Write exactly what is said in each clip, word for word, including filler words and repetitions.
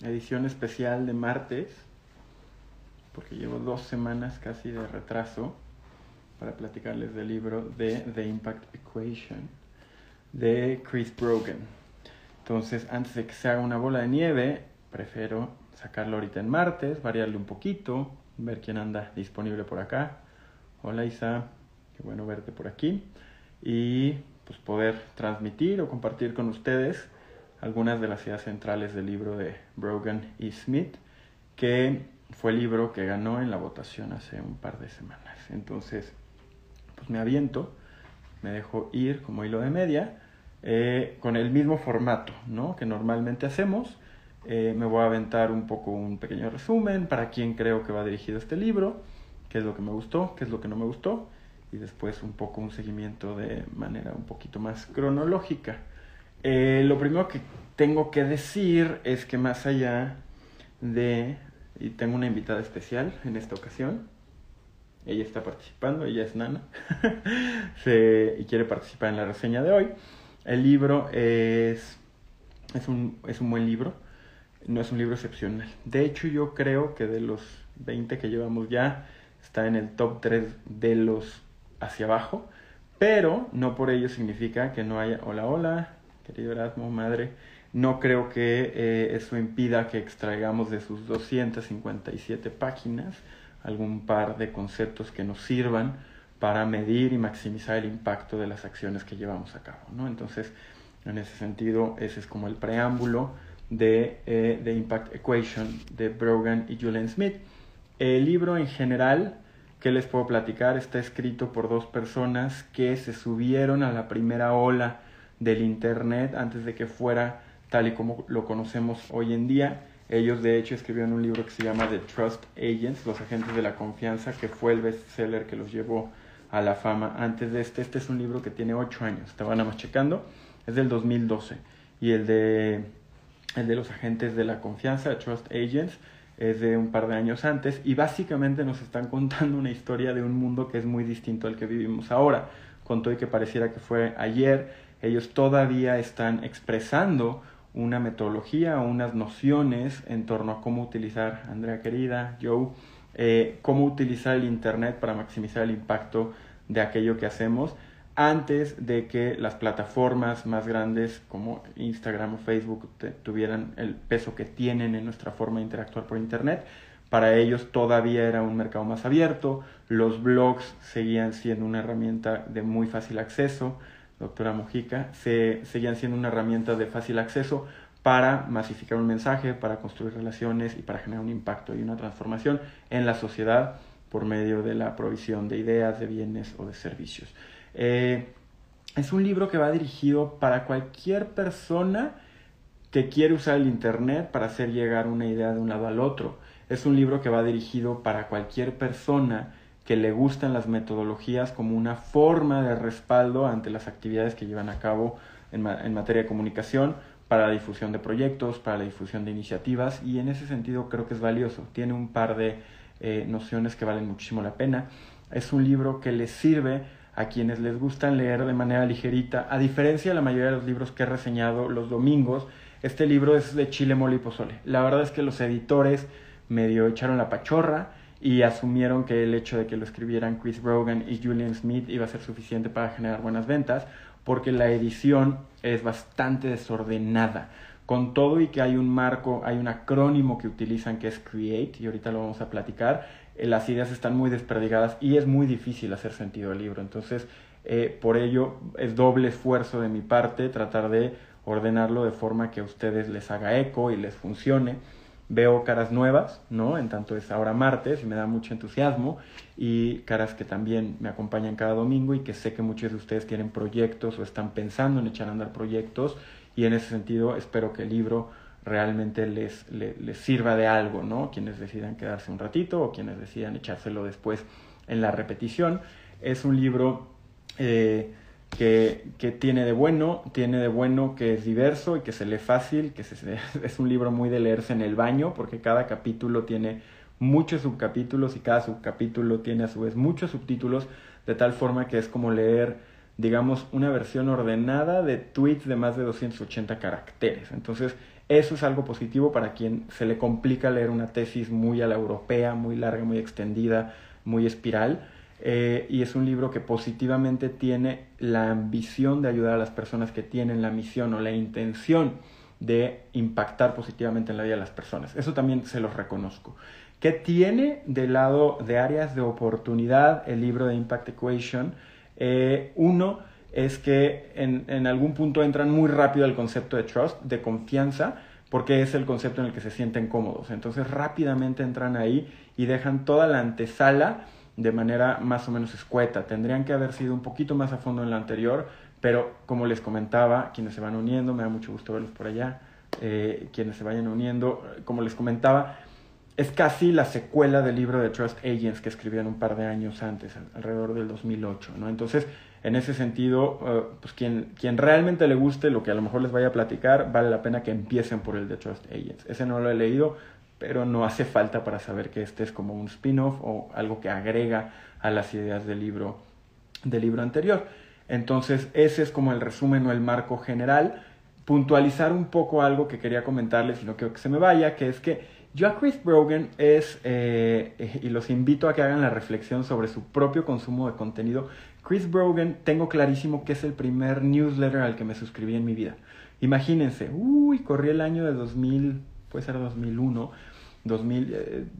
edición especial de martes, porque llevo dos semanas casi de retraso para platicarles del libro de The Impact Equation de Chris Brogan. Entonces, antes de que se haga una bola de nieve, prefiero sacarlo ahorita en martes, variarle un poquito, ver quién anda disponible por acá. Hola Isa, qué bueno verte por aquí. Y pues poder transmitir o compartir con ustedes algunas de las ideas centrales del libro de Brogan y Smith, que fue el libro que ganó en la votación hace un par de semanas. Entonces, pues me aviento, me dejo ir como hilo de media, eh, con el mismo formato, ¿no?, que normalmente hacemos. Eh, me voy a aventar un poco un pequeño resumen para quién creo que va dirigido este libro, qué es lo que me gustó, qué es lo que no me gustó, y después un poco un seguimiento de manera un poquito más cronológica. Eh, lo primero que tengo que decir es que más allá de... Y tengo una invitada especial en esta ocasión. Ella está participando, ella es Nana. Se, y quiere participar en la reseña de hoy. El libro es, es, un, es un buen libro. No es un libro excepcional. De hecho, yo creo que de los veinte que llevamos ya, está en el top tres de los hacia abajo. Pero no por ello significa que no haya... Hola, hola, querido Erasmo, madre. No creo que eh, eso impida que extraigamos de sus doscientas cincuenta y siete páginas algún par de conceptos que nos sirvan para medir y maximizar el impacto de las acciones que llevamos a cabo, ¿no? Entonces, en ese sentido, ese es como el preámbulo de eh, The Impact Equation de Brogan y Julian Smith. El libro en general, ¿qué les puedo platicar? Está escrito por dos personas que se subieron a la primera ola del Internet antes de que fuera tal y como lo conocemos hoy en día. Ellos, de hecho, escribieron un libro que se llama The Trust Agents, Los Agentes de la Confianza, que fue el bestseller que los llevó a la fama. Antes de este, este es un libro que tiene ocho años, estaban nada más checando, es del dos mil doce. Y el de, el de Los Agentes de la Confianza, The Trust Agents, es de un par de años antes. Y básicamente nos están contando una historia de un mundo que es muy distinto al que vivimos ahora. Con todo y que pareciera que fue ayer, ellos todavía están expresando una metodología o unas nociones en torno a cómo utilizar, Andrea querida, Joe, eh, cómo utilizar el Internet para maximizar el impacto de aquello que hacemos antes de que las plataformas más grandes como Instagram o Facebook te, tuvieran el peso que tienen en nuestra forma de interactuar por Internet. Para ellos todavía era un mercado más abierto, los blogs seguían siendo una herramienta de muy fácil acceso, doctora Mojica, se, seguían siendo una herramienta de fácil acceso para masificar un mensaje, para construir relaciones y para generar un impacto y una transformación en la sociedad por medio de la provisión de ideas, de bienes o de servicios. Eh, es un libro que va dirigido para cualquier persona que quiere usar el Internet para hacer llegar una idea de un lado al otro. Es un libro que va dirigido para cualquier persona que le gustan las metodologías como una forma de respaldo ante las actividades que llevan a cabo en, ma- en materia de comunicación, para la difusión de proyectos, para la difusión de iniciativas, y en ese sentido creo que es valioso. Tiene un par de eh, nociones que valen muchísimo la pena. Es un libro que les sirve a quienes les gusta leer de manera ligerita. A diferencia de la mayoría de los libros que he reseñado los domingos, este libro es de chile, mole y pozole. La verdad es que los editores medio echaron la pachorra y asumieron que el hecho de que lo escribieran Chris Brogan y Julian Smith iba a ser suficiente para generar buenas ventas, porque la edición es bastante desordenada. Con todo y que hay un marco, hay un acrónimo que utilizan que es CREATE, y ahorita lo vamos a platicar, eh, las ideas están muy desperdigadas y es muy difícil hacer sentido del libro. Entonces, eh, por ello, es doble esfuerzo de mi parte tratar de ordenarlo de forma que a ustedes les haga eco y les funcione. Veo caras nuevas, ¿no? En tanto es ahora martes y me da mucho entusiasmo, y caras que también me acompañan cada domingo y que sé que muchos de ustedes tienen proyectos o están pensando en echar a andar proyectos, y en ese sentido espero que el libro realmente les, les, les sirva de algo, ¿no? Quienes decidan quedarse un ratito o quienes decidan echárselo después en la repetición. Es un libro eh, que, que tiene de bueno, tiene de bueno que es diverso y que se lee fácil, que se, es un libro muy de leerse en el baño, porque cada capítulo tiene muchos subcapítulos y cada subcapítulo tiene a su vez muchos subtítulos, de tal forma que es como leer, digamos, una versión ordenada de tweets de más de doscientos ochenta caracteres. Entonces, Eso es algo positivo para quien se le complica leer una tesis muy a la europea, muy larga, muy extendida, muy espiral. Eh, y es un libro que positivamente tiene la ambición de ayudar a las personas que tienen la misión o la intención de impactar positivamente en la vida de las personas. Eso también se los reconozco. ¿Qué tiene del lado de áreas de oportunidad el libro de Impact Equation? Eh, uno es que en, en algún punto entran muy rápido al concepto de trust, de confianza, porque es el concepto en el que se sienten cómodos. Entonces rápidamente entran ahí y dejan toda la antesala de manera más o menos escueta. Tendrían que haber sido un poquito más a fondo en la anterior, pero como les comentaba, quienes se van uniendo, me da mucho gusto verlos por allá, eh, quienes se vayan uniendo, como les comentaba, es casi la secuela del libro de Trust Agents que escribieron un par de años antes, alrededor del dos mil ocho, ¿no? Entonces, en ese sentido, uh, pues quien, quien realmente le guste lo que a lo mejor les vaya a platicar, vale la pena que empiecen por el de Trust Agents. Ese no lo he leído, pero no hace falta para saber que este es como un spin-off o algo que agrega a las ideas del libro, del libro anterior. Entonces, ese es como el resumen o el marco general. Puntualizar un poco algo que quería comentarles y no quiero que se me vaya, que es que yo a Chris Brogan es, eh, y los invito a que hagan la reflexión sobre su propio consumo de contenido. Chris Brogan, tengo clarísimo que es el primer newsletter al que me suscribí en mi vida. Imagínense, uy, corrí el año de dos mil, puede ser dos mil uno, dos mil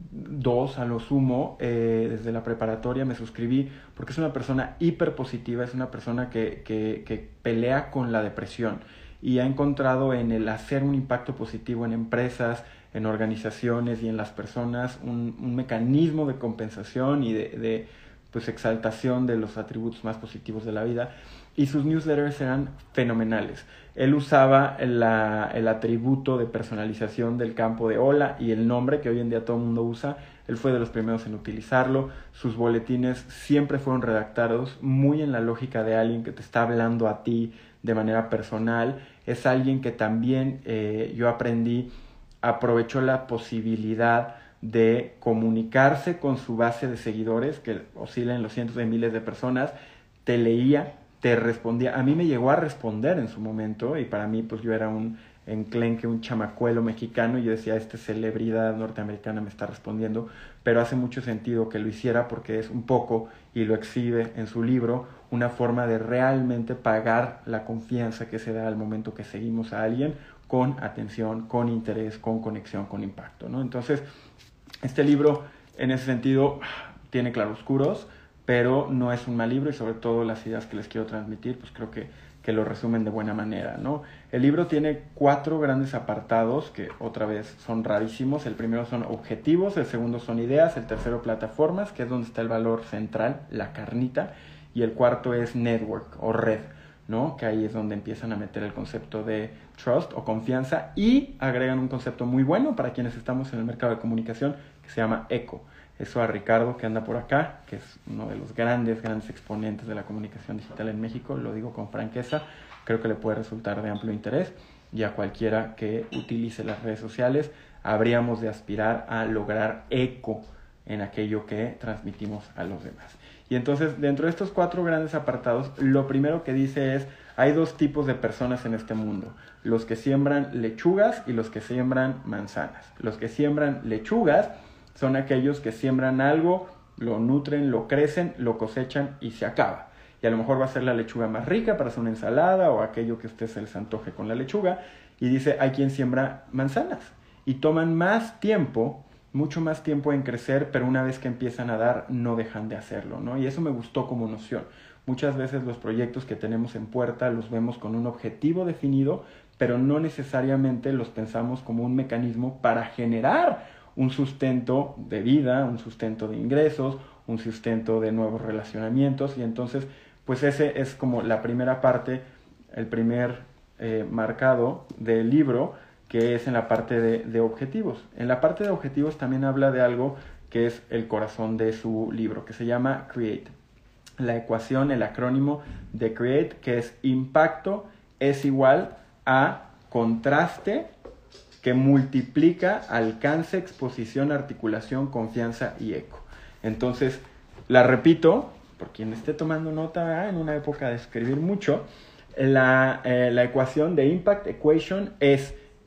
dos a lo sumo, eh, desde la preparatoria me suscribí porque es una persona hiper positiva, es una persona que, que, que pelea con la depresión y ha encontrado en el hacer un impacto positivo en empresas, en organizaciones y en las personas un, un mecanismo de compensación y de, de pues, exaltación de los atributos más positivos de la vida. Y sus newsletters eran fenomenales. Él usaba la, el atributo de personalización del campo de hola y el nombre que hoy en día todo el mundo usa. Él fue de los primeros en utilizarlo. Sus boletines siempre fueron redactados muy en la lógica de alguien que te está hablando a ti de manera personal. Es alguien que también eh, yo aprendí aprovechó la posibilidad de comunicarse con su base de seguidores, que oscila en los cientos de miles de personas, te leía, te respondía. A mí me llegó a responder en su momento, y para mí pues yo era un enclenque, un chamacuelo mexicano, y yo decía, esta celebridad norteamericana me está respondiendo, pero hace mucho sentido que lo hiciera porque es un poco, y lo exhibe en su libro, una forma de realmente pagar la confianza que se da al momento que seguimos a alguien, con atención, con interés, con conexión, con impacto, ¿no? Entonces, este libro, en ese sentido, tiene claroscuros, pero no es un mal libro y sobre todo las ideas que les quiero transmitir, pues creo que, que lo resumen de buena manera, ¿no? El libro tiene cuatro grandes apartados que otra vez son rarísimos. El primero son objetivos, el segundo son ideas, el tercero plataformas, que es donde está el valor central, la carnita, y el cuarto es network o red, ¿no? Que ahí es donde empiezan a meter el concepto de trust o confianza y agregan un concepto muy bueno para quienes estamos en el mercado de comunicación que se llama eco. Eso a Ricardo, que anda por acá, que es uno de los grandes, grandes exponentes de la comunicación digital en México, lo digo con franqueza, creo que le puede resultar de amplio interés, y a cualquiera que utilice las redes sociales habríamos de aspirar a lograr eco en aquello que transmitimos a los demás. Y entonces, dentro de estos cuatro grandes apartados, lo primero que dice es, hay dos tipos de personas en este mundo, los que siembran lechugas y los que siembran manzanas. Los que siembran lechugas son aquellos que siembran algo, lo nutren, lo crecen, lo cosechan y se acaba. Y a lo mejor va a ser la lechuga más rica para hacer una ensalada o aquello que a usted se les antoje con la lechuga. Y dice, hay quien siembra manzanas y toman más tiempo, mucho más tiempo en crecer, pero una vez que empiezan a dar, no dejan de hacerlo, ¿no? Y eso me gustó como noción. Muchas veces los proyectos que tenemos en puerta los vemos con un objetivo definido, pero no necesariamente los pensamos como un mecanismo para generar un sustento de vida, un sustento de ingresos, un sustento de nuevos relacionamientos. Y entonces, pues ese es como la primera parte, el primer eh, marcado del libro, que es en la parte de, de objetivos. En la parte de objetivos también habla de algo que es el corazón de su libro, que se llama CREATE. La ecuación, el acrónimo de CREATE, que es impacto, es igual a contraste que multiplica alcance, exposición, articulación, confianza y eco. Entonces, la repito, por quien esté tomando nota, ¿eh? En una época de escribir mucho, la, eh, la ecuación de Impact Equation es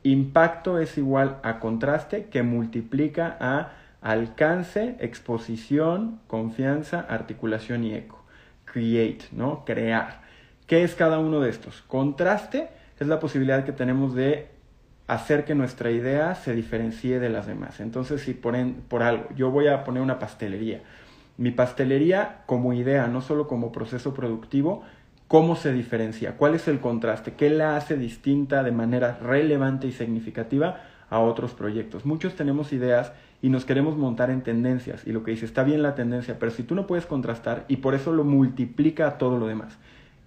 impacto es igual a contraste que multiplica a alcance, exposición, confianza, articulación y eco. Create, ¿no? Crear. ¿Qué es cada uno de estos? Contraste es la posibilidad que tenemos de hacer que nuestra idea se diferencie de las demás. Entonces, si por, en, por algo, yo voy a poner una pastelería. Mi pastelería como idea, no solo como proceso productivo, ¿cómo se diferencia? ¿Cuál es el contraste? ¿Qué la hace distinta de manera relevante y significativa a otros proyectos? Muchos tenemos ideas y nos queremos montar en tendencias. Y lo que dice, está bien la tendencia, pero si tú no puedes contrastar y por eso lo multiplica a todo lo demás.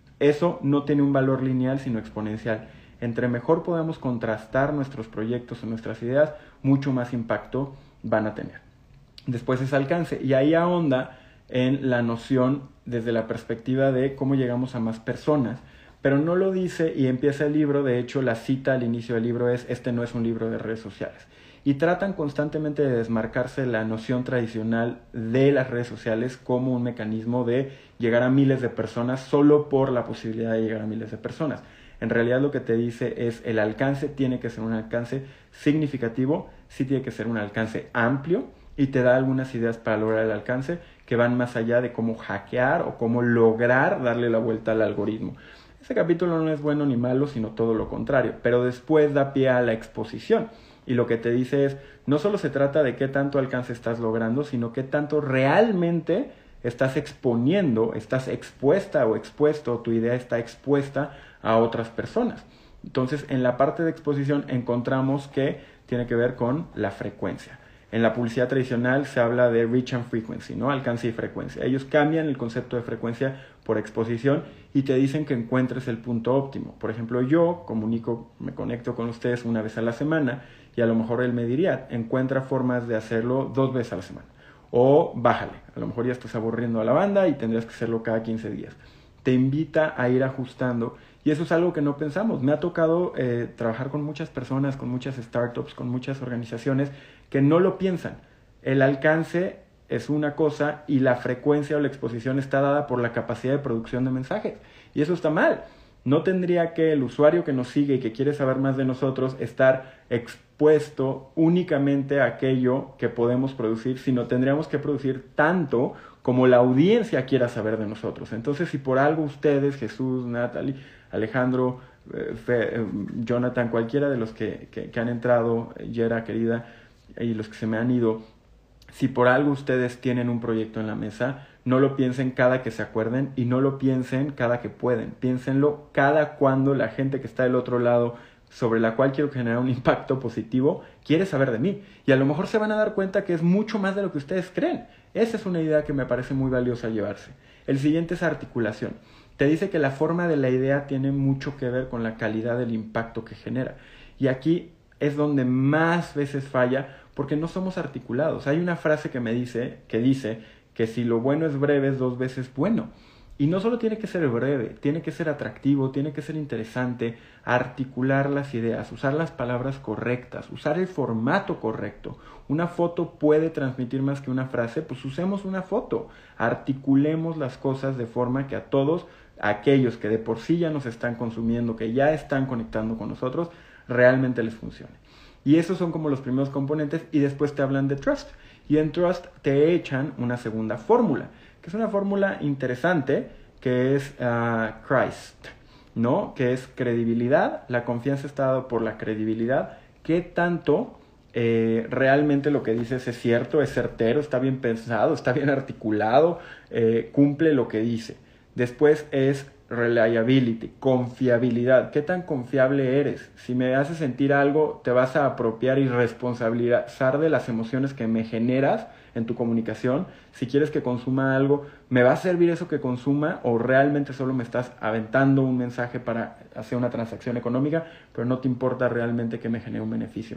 Eso no tiene un valor lineal, sino exponencial. Entre mejor podamos contrastar nuestros proyectos o nuestras ideas, mucho más impacto van a tener. Después es alcance, y ahí ahonda en la noción desde la perspectiva de cómo llegamos a más personas, pero no lo dice y empieza el libro. De hecho, la cita al inicio del libro es: este no es un libro de redes sociales. Y tratan constantemente de desmarcarse la noción tradicional de las redes sociales como un mecanismo de llegar a miles de personas solo por la posibilidad de llegar a miles de personas. En realidad lo que te dice es el alcance tiene que ser un alcance significativo, sí tiene que ser un alcance amplio, y te da algunas ideas para lograr el alcance que van más allá de cómo hackear o cómo lograr darle la vuelta al algoritmo. Este capítulo no es bueno ni malo, sino todo lo contrario, pero después da pie a la exposición. Y lo que te dice es, no solo se trata de qué tanto alcance estás logrando, sino qué tanto realmente estás exponiendo, estás expuesta o expuesto, tu idea está expuesta a otras personas. Entonces, en la parte de exposición encontramos que tiene que ver con la frecuencia. En la publicidad tradicional se habla de reach and frequency, ¿no? Alcance y frecuencia. Ellos cambian el concepto de frecuencia por exposición y te dicen que encuentres el punto óptimo. Por ejemplo, yo comunico, me conecto con ustedes una vez a la semana y a lo mejor él me diría, encuentra formas de hacerlo dos veces a la semana. O bájale, a lo mejor ya estás aburriendo a la banda y tendrías que hacerlo cada quince días. Te invita a ir ajustando, y eso es algo que no pensamos. Me ha tocado eh, trabajar con muchas personas, con muchas startups, con muchas organizaciones que no lo piensan. El alcance es una cosa y la frecuencia o la exposición está dada por la capacidad de producción de mensajes, y eso está mal. No tendría que el usuario que nos sigue y que quiere saber más de nosotros estar expuesto únicamente a aquello que podemos producir, sino tendríamos que producir tanto como la audiencia quiera saber de nosotros. Entonces, si por algo ustedes, Jesús, Natalie, Alejandro, eh, Fe, eh, Jonathan, cualquiera de los que, que, que han entrado, Yera, querida, y los que se me han ido, si por algo ustedes tienen un proyecto en la mesa, no lo piensen cada que se acuerden y no lo piensen cada que pueden. Piénsenlo cada cuando la gente que está del otro lado, sobre la cual quiero generar un impacto positivo, quiere saber de mí. Y a lo mejor se van a dar cuenta que es mucho más de lo que ustedes creen. Esa es una idea que me parece muy valiosa llevarse. El siguiente es articulación. Te dice que la forma de la idea tiene mucho que ver con la calidad del impacto que genera. Y aquí es donde más veces falla, porque no somos articulados. Hay una frase que me dice, que dice que si lo bueno es breve, es dos veces bueno. Y no solo tiene que ser breve, tiene que ser atractivo, tiene que ser interesante, articular las ideas, usar las palabras correctas, usar el formato correcto. Una foto puede transmitir más que una frase, pues usemos una foto. Articulemos las cosas de forma que a todos, a aquellos que de por sí ya nos están consumiendo, que ya están conectando con nosotros, realmente les funcione. Y esos son como los primeros componentes, y después te hablan de trust. Y en trust te echan una segunda fórmula, que es una fórmula interesante, que es uh, Christ, ¿no? Que es credibilidad. La confianza está dada por la credibilidad. ¿Qué tanto eh, realmente lo que dices es cierto, es certero, está bien pensado, está bien articulado, eh, cumple lo que dice? Después es reliability, confiabilidad. ¿Qué tan confiable eres? Si me haces sentir algo, te vas a apropiar y responsabilizar de las emociones que me generas en tu comunicación. Si quieres que consuma algo, ¿me va a servir eso que consuma o realmente solo me estás aventando un mensaje para hacer una transacción económica, pero no te importa realmente que me genere un beneficio?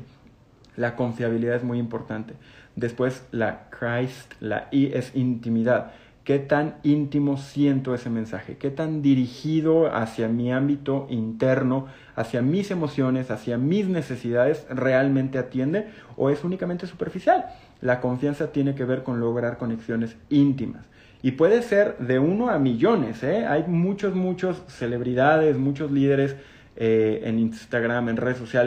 La confiabilidad es muy importante. Después la Christ, la I es intimidad. ¿Qué tan íntimo siento ese mensaje? ¿Qué tan dirigido hacia mi ámbito interno, hacia mis emociones, hacia mis necesidades realmente atiende o es únicamente superficial? La confianza tiene que ver con lograr conexiones íntimas. Y puede ser de uno a millones, ¿eh? Hay muchos, muchos celebridades, muchos líderes eh, en Instagram, en redes sociales,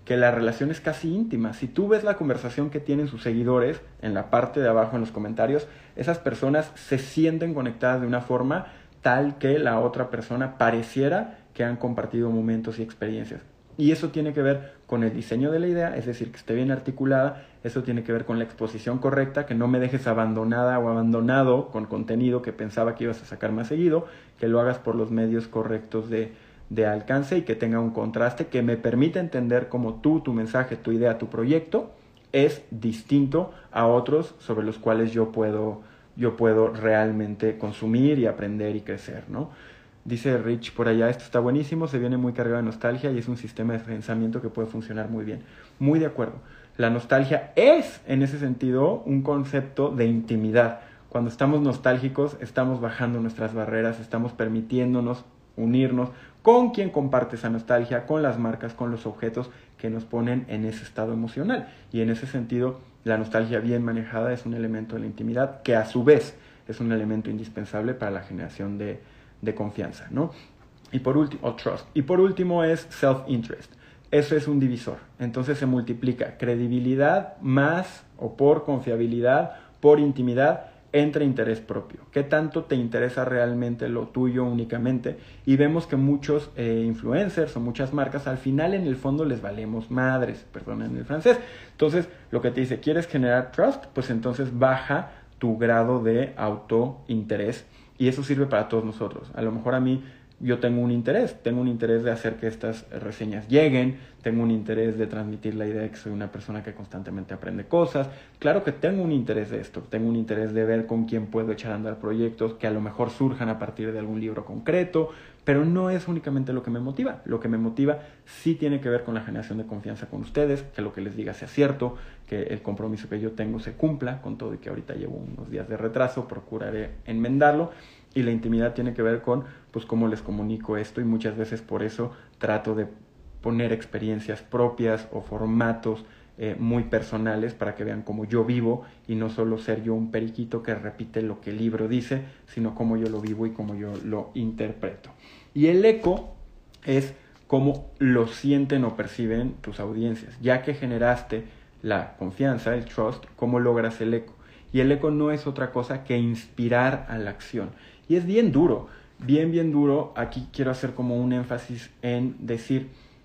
que la relación es casi íntima. Si tú ves la conversación que tienen sus seguidores en la parte de abajo en los comentarios, esas personas se sienten conectadas de una forma tal que la otra persona pareciera que han compartido momentos y experiencias. Y eso tiene que ver con el diseño de la idea, es decir, que esté bien articulada. Eso tiene que ver con la exposición correcta, que no me dejes abandonada o abandonado con contenido que pensaba que ibas a sacar más seguido, que lo hagas por los medios correctos de, de alcance y que tenga un contraste que me permita entender cómo tú, tu mensaje, tu idea, tu proyecto es distinto a otros sobre los cuales yo puedo, yo puedo realmente consumir y aprender y crecer, ¿no? Dice Rich por allá, esto está buenísimo, se viene muy cargado de nostalgia y es un sistema de pensamiento que puede funcionar muy bien. Muy de acuerdo. La nostalgia es, en ese sentido, un concepto de intimidad. Cuando estamos nostálgicos, estamos bajando nuestras barreras, estamos permitiéndonos unirnos con quien comparte esa nostalgia, con las marcas, con los objetos que nos ponen en ese estado emocional. Y en ese sentido, la nostalgia bien manejada es un elemento de la intimidad que a su vez es un elemento indispensable para la generación de de confianza, ¿no? Y por último, o trust. Y por último es self-interest. Eso es un divisor. Entonces se multiplica credibilidad más o por confiabilidad, por intimidad, entre interés propio. ¿Qué tanto te interesa realmente lo tuyo únicamente? Y vemos que muchos eh, influencers o muchas marcas al final en el fondo les valemos madres, perdonen el francés. Entonces lo que te dice, ¿quieres generar trust? Pues entonces baja tu grado de autointerés. Y eso sirve para todos nosotros. A lo mejor a mí yo tengo un interés, tengo un interés de hacer que estas reseñas lleguen, tengo un interés de transmitir la idea de que soy una persona que constantemente aprende cosas. Claro que tengo un interés de esto, tengo un interés de ver con quién puedo echar a andar proyectos que a lo mejor surjan a partir de algún libro concreto, pero no es únicamente lo que me motiva. Lo que me motiva sí tiene que ver con la generación de confianza con ustedes, que lo que les diga sea cierto, que el compromiso que yo tengo se cumpla, con todo y que ahorita llevo unos días de retraso, procuraré enmendarlo. Y la intimidad tiene que ver con pues cómo les comunico esto, y muchas veces por eso trato de poner experiencias propias o formatos eh, muy personales para que vean cómo yo vivo y no solo ser yo un periquito que repite lo que el libro dice, sino cómo yo lo vivo y cómo yo lo interpreto. Y el eco es cómo lo sienten o perciben tus audiencias. Ya que generaste la confianza, el trust, ¿cómo logras el eco? Y el eco no es otra cosa que inspirar a la acción. Y es bien duro, bien, bien duro. Aquí quiero hacer como un énfasis en decir,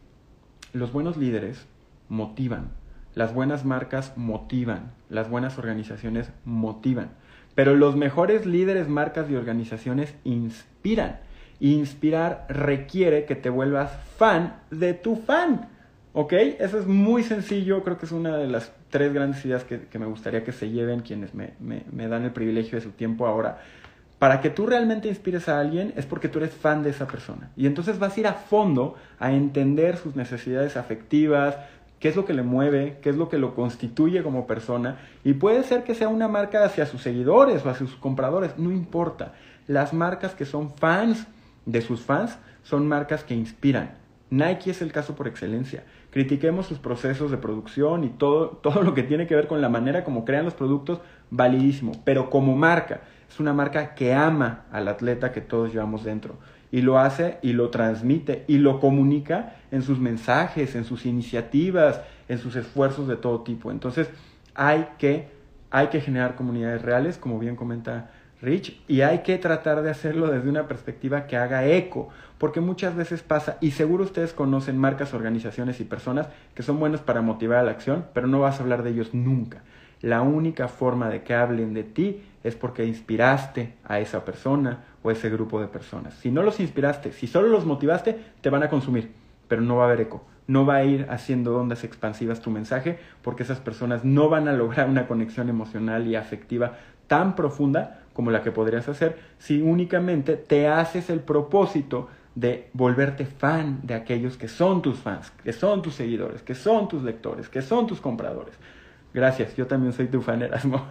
los buenos líderes motivan, las buenas marcas motivan, las buenas organizaciones motivan, pero los mejores líderes, marcas y organizaciones inspiran. Inspirar requiere que te vuelvas fan de tu fan, ¿ok? Eso es muy sencillo, creo que es una de las tres grandes ideas que, que me gustaría que se lleven quienes me, me, me dan el privilegio de su tiempo ahora. Para que tú realmente inspires a alguien es porque tú eres fan de esa persona. Y entonces vas a ir a fondo a entender sus necesidades afectivas, qué es lo que le mueve, qué es lo que lo constituye como persona. Y puede ser que sea una marca hacia sus seguidores o hacia sus compradores, no importa. Las marcas que son fans de sus fans son marcas que inspiran. Nike es el caso por excelencia. Critiquemos sus procesos de producción y todo, todo lo que tiene que ver con la manera como crean los productos, validísimo. Pero como marca, es una marca que ama al atleta que todos llevamos dentro. Y lo hace y lo transmite y lo comunica en sus mensajes, en sus iniciativas, en sus esfuerzos de todo tipo. Entonces hay que, hay que generar comunidades reales, como bien comenta Rich, y hay que tratar de hacerlo desde una perspectiva que haga eco, porque muchas veces pasa, y seguro ustedes conocen marcas, organizaciones y personas que son buenos para motivar a la acción, pero no vas a hablar de ellos nunca. La única forma de que hablen de ti es porque inspiraste a esa persona o ese grupo de personas. Si no los inspiraste, si solo los motivaste, te van a consumir, pero no va a haber eco. No va a ir haciendo ondas expansivas tu mensaje, porque esas personas no van a lograr una conexión emocional y afectiva tan profunda como la que podrías hacer si únicamente te haces el propósito de volverte fan de aquellos que son tus fans, que son tus seguidores, que son tus lectores, que son tus compradores. Gracias, yo también soy tu fan, Erasmo.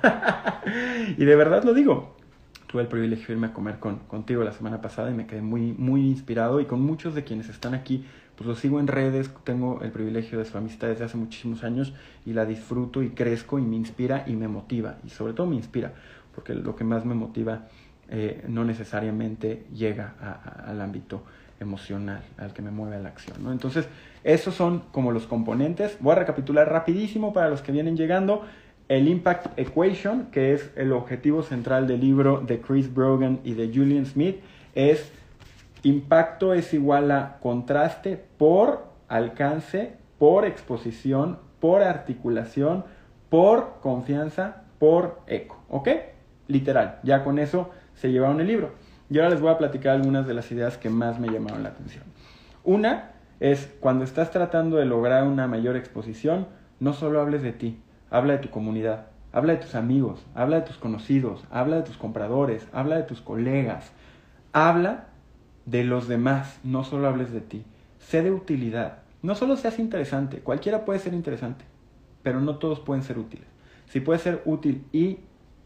Y de verdad lo digo. Tuve el privilegio de irme a comer con, contigo la semana pasada y me quedé muy, muy inspirado, y con muchos de quienes están aquí, pues los sigo en redes, tengo el privilegio de su amistad desde hace muchísimos años y la disfruto y crezco y me inspira y me motiva, y sobre todo me inspira, porque lo que más me motiva eh, no necesariamente llega a, a, al ámbito emocional, al que me mueve a la acción, ¿no? Entonces, esos son como los componentes. Voy a recapitular rapidísimo para los que vienen llegando. El Impact Equation, que es el objetivo central del libro de Chris Brogan y de Julian Smith, es impacto es igual a contraste por alcance, por exposición, por articulación, por confianza, por eco, ¿ok? Literal, ya con eso se llevaron el libro. Y ahora les voy a platicar algunas de las ideas que más me llamaron la atención. Una es, cuando estás tratando de lograr una mayor exposición, no solo hables de ti, habla de tu comunidad, habla de tus amigos, habla de tus conocidos, habla de tus compradores, habla de tus colegas, habla de los demás, no solo hables de ti. Sé de utilidad, no solo seas interesante, cualquiera puede ser interesante, pero no todos pueden ser útiles. Si puedes ser útil y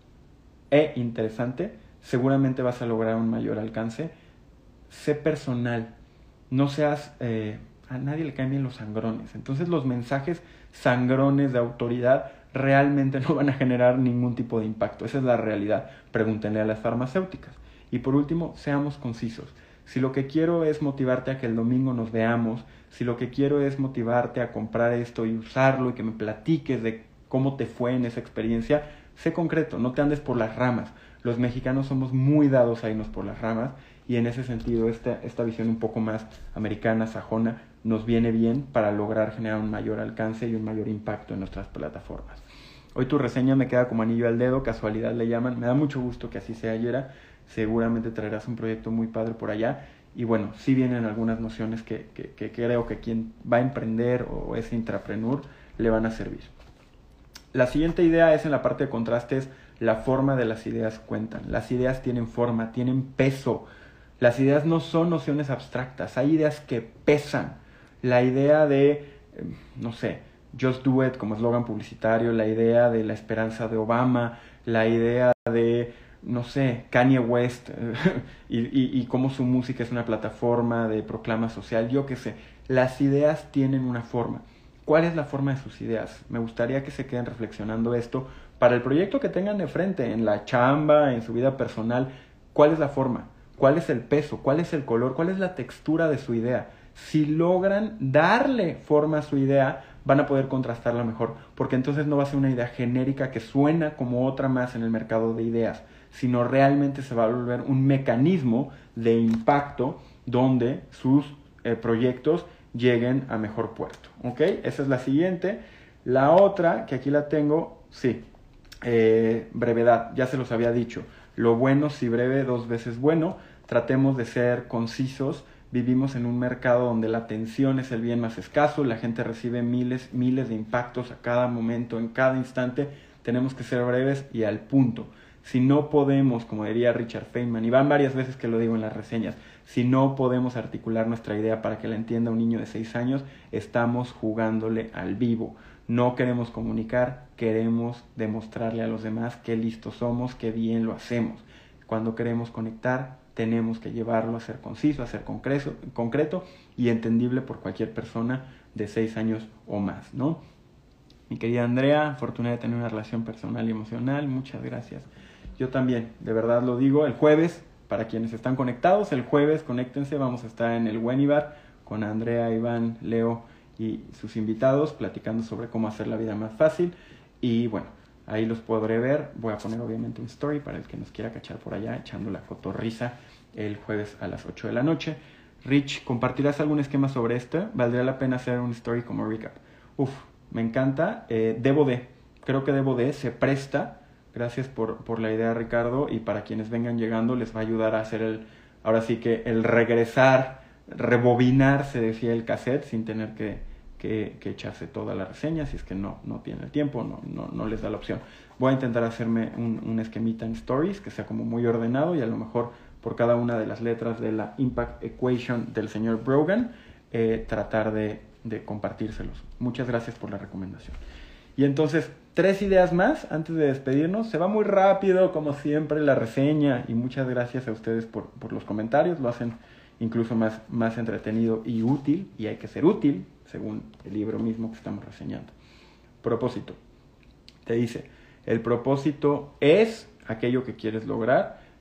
e interesante, seguramente vas a lograr un mayor alcance. Sé personal, no seas, eh, a nadie le caen bien los sangrones, entonces los mensajes sangrones de autoridad realmente no van a generar ningún tipo de impacto. Esa es la realidad, pregúntenle a las farmacéuticas. Y por último, seamos concisos. Si lo que quiero es motivarte a que el domingo nos veamos, si lo que quiero es motivarte a comprar esto y usarlo y que me platiques de cómo te fue en esa experiencia, sé concreto, no te andes por las ramas. Los mexicanos somos muy dados a irnos por las ramas y en ese sentido esta, esta visión un poco más americana, sajona, nos viene bien para lograr generar un mayor alcance y un mayor impacto en nuestras plataformas. Hoy tu reseña me queda como anillo al dedo, casualidad le llaman, me da mucho gusto que así sea, Yera. Seguramente traerás un proyecto muy padre por allá. Y bueno, sí vienen algunas nociones que, que, que creo que quien va a emprender o es intrapreneur le van a servir. La siguiente idea es en la parte de contrastes, la forma de las ideas cuentan. Las ideas tienen forma, tienen peso. Las ideas no son nociones abstractas, hay ideas que pesan. La idea de, no sé, Just Do It como eslogan publicitario, la idea de la esperanza de Obama, la idea de, no sé, Kanye West y, y, y cómo su música es una plataforma de proclama social, yo qué sé. Las ideas tienen una forma. ¿Cuál es la forma de sus ideas? Me gustaría que se queden reflexionando esto para el proyecto que tengan de frente, en la chamba, en su vida personal. ¿Cuál es la forma? ¿Cuál es el peso? ¿Cuál es el color? ¿Cuál es la textura de su idea? Si logran darle forma a su idea, van a poder contrastarla mejor, porque entonces no va a ser una idea genérica que suena como otra más en el mercado de ideas, sino realmente se va a volver un mecanismo de impacto donde sus eh, proyectos lleguen a mejor puerto, ¿ok? Esa es la siguiente. La otra, que aquí la tengo, sí, eh, brevedad, ya se los había dicho. Lo bueno, si breve, dos veces bueno. Tratemos de ser concisos. Vivimos en un mercado donde la atención es el bien más escaso, la gente recibe miles, miles de impactos a cada momento, en cada instante. Tenemos que ser breves y al punto. Si no podemos, como diría Richard Feynman, y van varias veces que lo digo en las reseñas, si no podemos articular nuestra idea para que la entienda un niño de seis años, estamos jugándole al vivo. No queremos comunicar, queremos demostrarle a los demás qué listos somos, qué bien lo hacemos. Cuando queremos conectar, tenemos que llevarlo a ser conciso, a ser concreto, concreto y entendible por cualquier persona de seis años o más, ¿no? Mi querida Andrea, afortunada de tener una relación personal y emocional, muchas gracias. Yo también, de verdad lo digo, el jueves, para quienes están conectados, el jueves, conéctense, vamos a estar en el Wenibar con Andrea, Iván, Leo y sus invitados, platicando sobre cómo hacer la vida más fácil. Y bueno, ahí los podré ver. Voy a poner obviamente un story para el que nos quiera cachar por allá, echando la cotorriza el jueves a las ocho de la noche. Rich, ¿compartirás algún esquema sobre esto? Valdría la pena hacer un story como recap. Uf, me encanta. Eh, debo de, creo que debo de, se presta. Gracias por, por la idea, Ricardo. Y para quienes vengan llegando, les va a ayudar a hacer el, ahora sí que el regresar, rebobinar, se decía, el cassette, sin tener que, que, que echarse toda la reseña, si es que no, no tienen el tiempo, no, no, no les da la opción. Voy a intentar hacerme un, un esquemita en stories, que sea como muy ordenado y a lo mejor por cada una de las letras de la Impact Equation del señor Brogan, eh, tratar de, de compartírselos. Muchas gracias por la recomendación. Y entonces, tres ideas más antes de despedirnos. Se va muy rápido, como siempre, la reseña, y muchas gracias a ustedes por, por los comentarios. Lo hacen incluso más, más entretenido y útil, y hay que ser útil, según el libro mismo que estamos reseñando. Propósito. Te dice, el propósito es aquello que quieres lograr.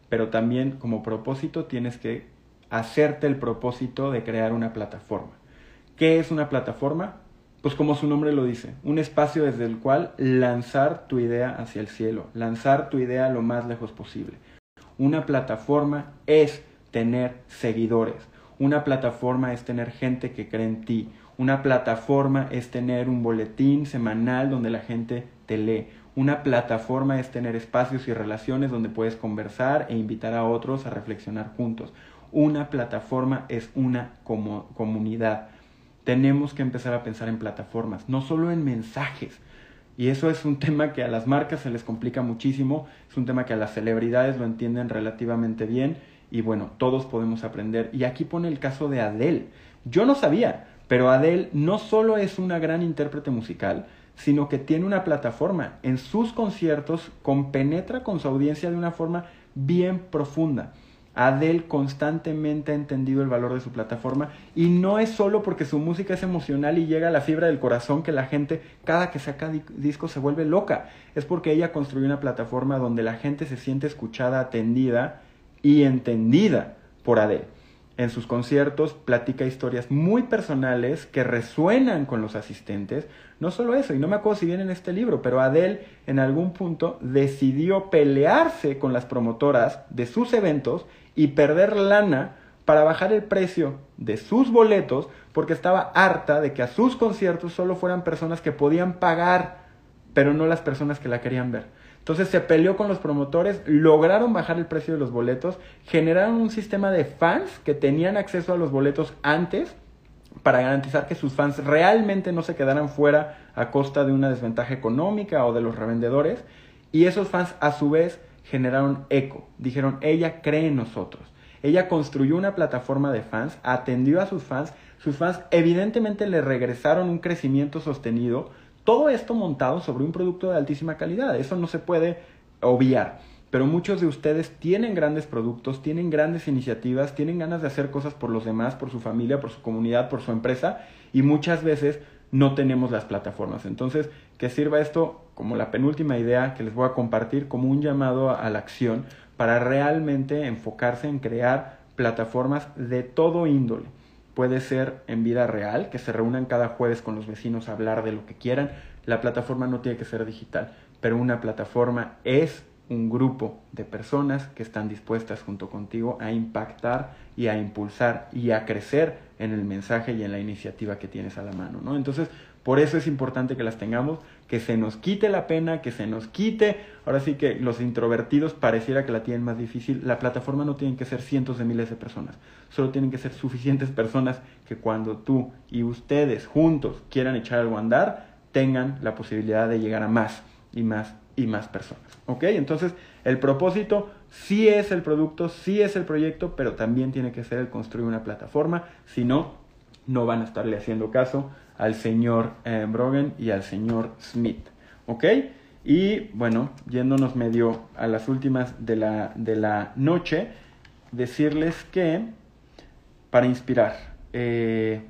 pero también como propósito tienes que hacerte el propósito de crear una plataforma. ¿Qué es una plataforma? Pues como su nombre lo dice, un espacio desde el cual lanzar tu idea hacia el cielo, lanzar tu idea lo más lejos posible. Una plataforma es tener seguidores, una plataforma es tener gente que cree en ti, una plataforma es tener un boletín semanal donde la gente te lee, una plataforma es tener espacios y relaciones donde puedes conversar e invitar a otros a reflexionar juntos. Una plataforma es una como, comunidad. Tenemos que empezar a pensar en plataformas, no solo en mensajes. Y eso es un tema que a las marcas se les complica muchísimo, es un tema que a las celebridades lo entienden relativamente bien y bueno, todos podemos aprender. Y aquí pone el caso de Adele. Yo no sabía, pero Adele no solo es una gran intérprete musical, sino que tiene una plataforma. En sus conciertos compenetra con su audiencia de una forma bien profunda. Adele constantemente ha entendido el valor de su plataforma y no es solo porque su música es emocional y llega a la fibra del corazón que la gente cada que saca di- disco se vuelve loca. Es porque ella construyó una plataforma donde la gente se siente escuchada, atendida y entendida por Adele. En sus conciertos platica historias muy personales que resuenan con los asistentes. No solo eso, y no me acuerdo si viene en este libro, pero Adele en algún punto decidió pelearse con las promotoras de sus eventos y perder lana para bajar el precio de sus boletos porque estaba harta de que a sus conciertos solo fueran personas que podían pagar, pero no las personas que la querían ver. Entonces se peleó con los promotores, lograron bajar el precio de los boletos, generaron un sistema de fans que tenían acceso a los boletos antes para garantizar que sus fans realmente no se quedaran fuera a costa de una desventaja económica o de los revendedores. Y esos fans a su vez generaron eco, dijeron, ella cree en nosotros. Ella construyó una plataforma de fans, atendió a sus fans, sus fans evidentemente le regresaron un crecimiento sostenido. Todo esto montado sobre un producto de altísima calidad, eso no se puede obviar. Pero muchos de ustedes tienen grandes productos, tienen grandes iniciativas, tienen ganas de hacer cosas por los demás, por su familia, por su comunidad, por su empresa, y muchas veces no tenemos las plataformas. Entonces, que sirva esto como la penúltima idea que les voy a compartir como un llamado a la acción para realmente enfocarse en crear plataformas de todo índole. Puede ser en vida real, que se reúnan cada jueves con los vecinos a hablar de lo que quieran. La plataforma no tiene que ser digital, pero una plataforma es un grupo de personas que están dispuestas junto contigo a impactar y a impulsar y a crecer en el mensaje y en la iniciativa que tienes a la mano, ¿no? Entonces, por eso es importante que las tengamos, que se nos quite la pena, que se nos quite, ahora sí que los introvertidos pareciera que la tienen más difícil. La plataforma no tienen que ser cientos de miles de personas, solo tienen que ser suficientes personas que cuando tú y ustedes juntos quieran echar algo a andar, tengan la posibilidad de llegar a más y más y más personas, ¿ok? Entonces, el propósito sí es el producto, sí es el proyecto, pero también tiene que ser el construir una plataforma, si no, no van a estarle haciendo caso al señor eh, Brogan y al señor Smith, ¿ok? Y bueno, yéndonos medio a las últimas de la, de la noche, decirles que para inspirar, eh,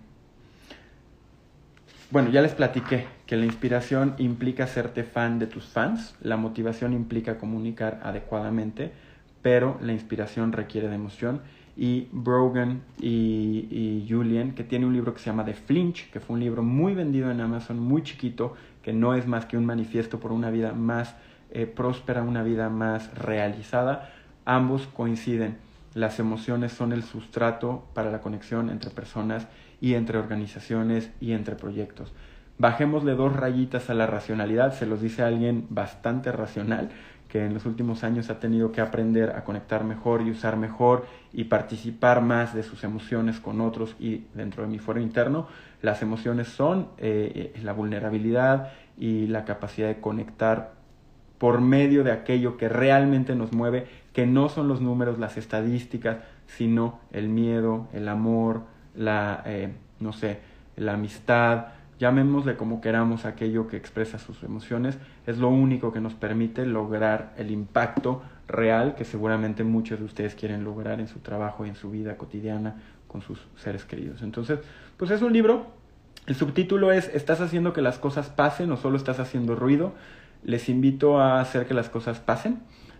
bueno, ya les platiqué que la inspiración implica hacerte fan de tus fans, la motivación implica comunicar adecuadamente, pero la inspiración requiere de emoción. Y Brogan y, y Julian, que tiene un libro que se llama The Flinch, que fue un libro muy vendido en Amazon, muy chiquito, que no es más que un manifiesto por una vida más eh, próspera, una vida más realizada, ambos coinciden. Las emociones son el sustrato para la conexión entre personas y entre organizaciones y entre proyectos. Bajémosle dos rayitas a la racionalidad, se los dice alguien bastante racional, que en los últimos años ha tenido que aprender a conectar mejor y usar mejor y participar más de sus emociones con otros y dentro de mi fuero interno. Las emociones son eh, la vulnerabilidad y la capacidad de conectar por medio de aquello que realmente nos mueve, que no son los números, las estadísticas, sino el miedo, el amor, la, eh, no sé, la amistad, llamémosle como queramos aquello que expresa sus emociones, es lo único que nos permite lograr el impacto real que seguramente muchos de ustedes quieren lograr en su trabajo y en su vida cotidiana con sus seres queridos. Entonces, pues es un libro, el subtítulo es ¿estás haciendo que las cosas pasen o solo estás haciendo ruido? Les invito a hacer que las cosas pasen.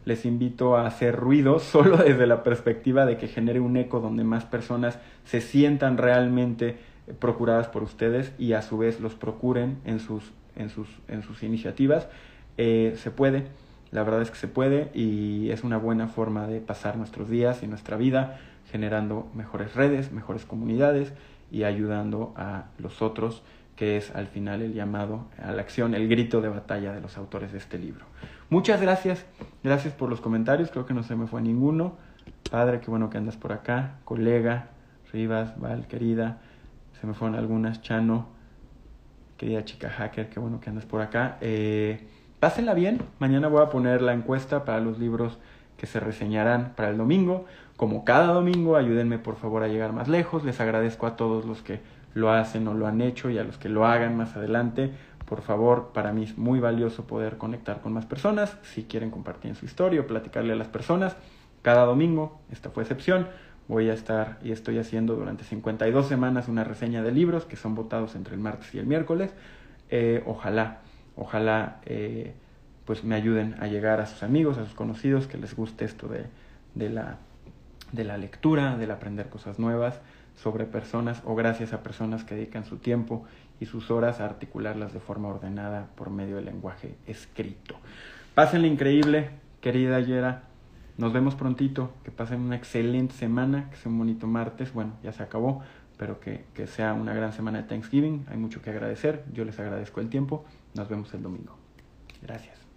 les invito a hacer ruido solo desde la perspectiva de que genere un eco donde más personas se sientan realmente procuradas por ustedes y a su vez los procuren en sus, en sus, en sus iniciativas. Eh, se puede, la verdad es que se puede, y es una buena forma de pasar nuestros días y nuestra vida generando mejores redes, mejores comunidades y ayudando a los otros, que es al final el llamado a la acción, el grito de batalla de los autores de este libro. Muchas gracias, gracias por los comentarios, creo que no se me fue ninguno. Padre, qué bueno que andas por acá. Colega, Rivas, Val, querida, se me fueron algunas. Chano, querida chica hacker, qué bueno que andas por acá. Eh, pásenla bien, mañana voy a poner la encuesta para los libros que se reseñarán para el domingo. Como cada domingo, ayúdenme por favor a llegar más lejos. Les agradezco a todos los que lo hacen o lo han hecho y a los que lo hagan más adelante. Por favor, para mí es muy valioso poder conectar con más personas. Si quieren compartir su historia o platicarle a las personas, cada domingo, esta fue excepción, voy a estar y estoy haciendo durante cincuenta y dos semanas una reseña de libros que son votados entre el martes y el miércoles. Eh, ojalá, ojalá eh, pues me ayuden a llegar a sus amigos, a sus conocidos, que les guste esto de, de la... de la lectura, del aprender cosas nuevas sobre personas o gracias a personas que dedican su tiempo y sus horas a articularlas de forma ordenada por medio del lenguaje escrito. Pásenle increíble, querida Yera. Nos vemos prontito. Que pasen una excelente semana, que sea un bonito martes. Bueno, ya se acabó, pero que, que sea una gran semana de Thanksgiving. Hay mucho que agradecer. Yo les agradezco el tiempo. Nos vemos el domingo. Gracias.